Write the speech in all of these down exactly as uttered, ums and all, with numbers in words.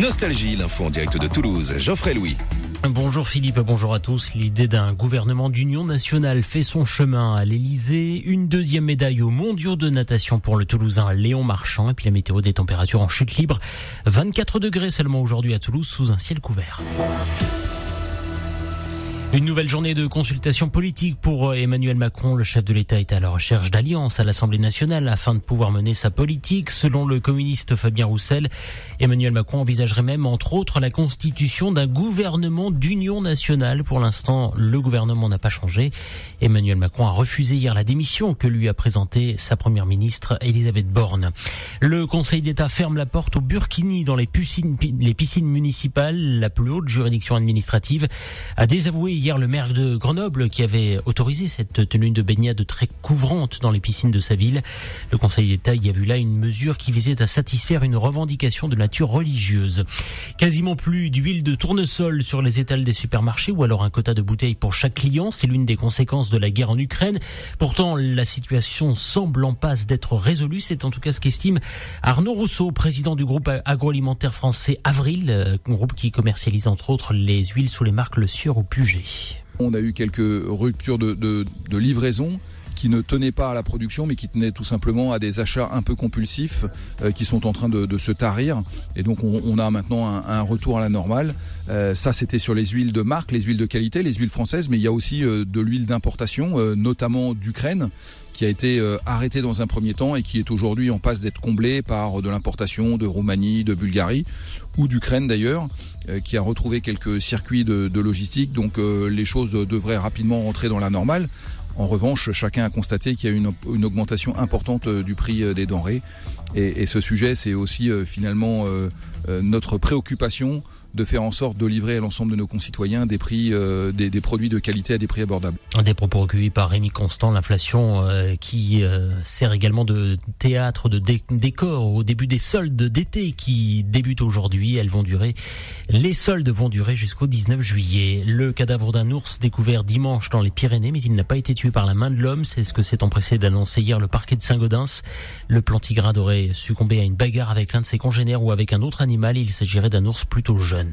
Nostalgie, l'info en direct de Toulouse. Geoffrey Louis. Bonjour Philippe, bonjour à tous. L'idée d'un gouvernement d'union nationale fait son chemin à l'Elysée. Une deuxième médaille aux mondiaux de natation pour le Toulousain Léon Marchand. Et puis la météo, des températures en chute libre. vingt-quatre degrés seulement aujourd'hui à Toulouse sous un ciel couvert. Une nouvelle journée de consultation politique pour Emmanuel Macron. Le chef de l'État est à la recherche d'alliances à l'Assemblée nationale afin de pouvoir mener sa politique. Selon le communiste Fabien Roussel, Emmanuel Macron envisagerait même, entre autres, la constitution d'un gouvernement d'union nationale. Pour l'instant, le gouvernement n'a pas changé. Emmanuel Macron a refusé hier la démission que lui a présentée sa première ministre Elisabeth Borne. Le Conseil d'État ferme la porte au burkini dans les piscines, les piscines municipales. La plus haute juridiction administrative a désavoué hier le maire de Grenoble qui avait autorisé cette tenue de baignade très couvrante dans les piscines de sa ville. Le Conseil d'État y a vu là une mesure qui visait à satisfaire une revendication de nature religieuse. Quasiment plus d'huile de tournesol sur les étals des supermarchés ou alors un quota de bouteilles pour chaque client. C'est l'une des conséquences de la guerre en Ukraine. Pourtant, la situation semble en passe d'être résolue. C'est en tout cas ce qu'estime Arnaud Rousseau, président du groupe agroalimentaire français Avril, un groupe qui commercialise entre autres les huiles sous les marques Le Sieur ou Puget. On a eu quelques ruptures de, de, de livraison qui ne tenaient pas à la production mais qui tenaient tout simplement à des achats un peu compulsifs euh, qui sont en train de, de se tarir. Et donc on, on a maintenant un, un retour à la normale. Euh, ça c'était sur les huiles de marque, les huiles de qualité, les huiles françaises, mais il y a aussi euh, de l'huile d'importation, euh, notamment d'Ukraine, qui a été euh, arrêtée dans un premier temps et qui est aujourd'hui en passe d'être comblée par de l'importation de Roumanie, de Bulgarie ou d'Ukraine d'ailleurs, euh, qui a retrouvé quelques circuits de, de logistique. Donc euh, les choses devraient rapidement rentrer dans la normale. En revanche, chacun a constaté qu'il y a une, une augmentation importante du prix des denrées. Et, et ce sujet, c'est aussi euh, finalement euh, euh, notre préoccupation de faire en sorte de livrer à l'ensemble de nos concitoyens des prix, euh, des, des produits de qualité à des prix abordables. Des propos recueillis par Rémi Constant, l'inflation euh, qui euh, sert également de théâtre, de dé- décor au début des soldes d'été qui débutent aujourd'hui. Elles vont durer, les soldes vont durer jusqu'au dix-neuf juillet. Le cadavre d'un ours découvert dimanche dans les Pyrénées, mais il n'a pas été tué par la main de l'homme. C'est ce que s'est empressé d'annoncer hier le parquet de Saint-Gaudens. Le plantigrade aurait succombé à une bagarre avec l'un de ses congénères ou avec un autre animal. Il s'agirait d'un ours plutôt jeune.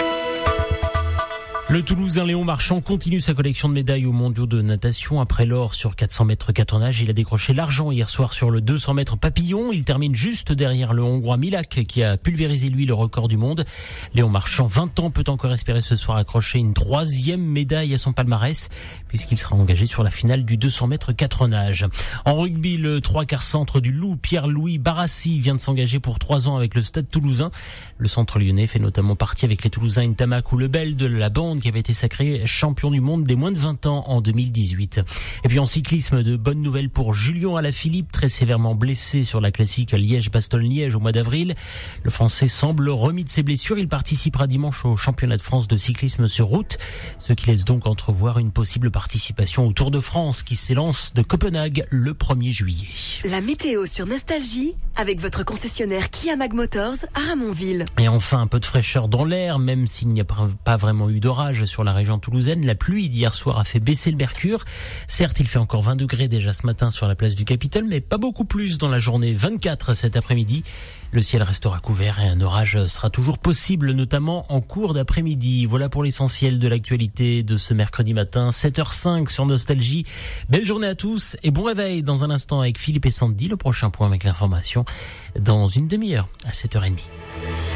Le Toulousain Léon Marchand continue sa collection de médailles aux mondiaux de natation. Après l'or sur quatre cents mètres quatre nages, il a décroché l'argent hier soir sur le deux cents mètres papillon. Il termine juste derrière le Hongrois Milak qui a pulvérisé lui le record du monde. Léon Marchand, vingt ans, peut encore espérer ce soir accrocher une troisième médaille à son palmarès puisqu'il sera engagé sur la finale du deux cents mètres quatre nages. En rugby, le trois quarts centre du Loup, Pierre-Louis Barassi, vient de s'engager pour trois ans avec le Stade Toulousain. Le centre lyonnais fait notamment partie avec les Toulousains Ntamak ou Lebel de la bande qui avait été sacré champion du monde des moins de vingt ans en deux mille dix-huit. Et puis en cyclisme, de bonnes nouvelles pour Julien Alaphilippe, très sévèrement blessé sur la classique Liège-Bastogne-Liège au mois d'avril. Le Français semble remis de ses blessures. Il participera dimanche au championnat de France de cyclisme sur route, ce qui laisse donc entrevoir une possible participation au Tour de France qui s'élance de Copenhague le premier juillet. La météo sur Nostalgie avec votre concessionnaire Kia Mag Motors à Ramonville. Et enfin, un peu de fraîcheur dans l'air, même s'il n'y a pas vraiment eu d'orage sur la région toulousaine. La pluie d'hier soir a fait baisser le mercure. Certes, il fait encore vingt degrés déjà ce matin sur la place du Capitole, mais pas beaucoup plus dans la journée. vingt-quatre cet après-midi. Le ciel restera couvert et un orage sera toujours possible, notamment en cours d'après-midi. Voilà pour l'essentiel de l'actualité de ce mercredi matin, sept heures cinq sur Nostalgie. Belle journée à tous et bon réveil dans un instant avec Philippe et Sandy. Le prochain point avec l'information dans une demi-heure à sept heures trente.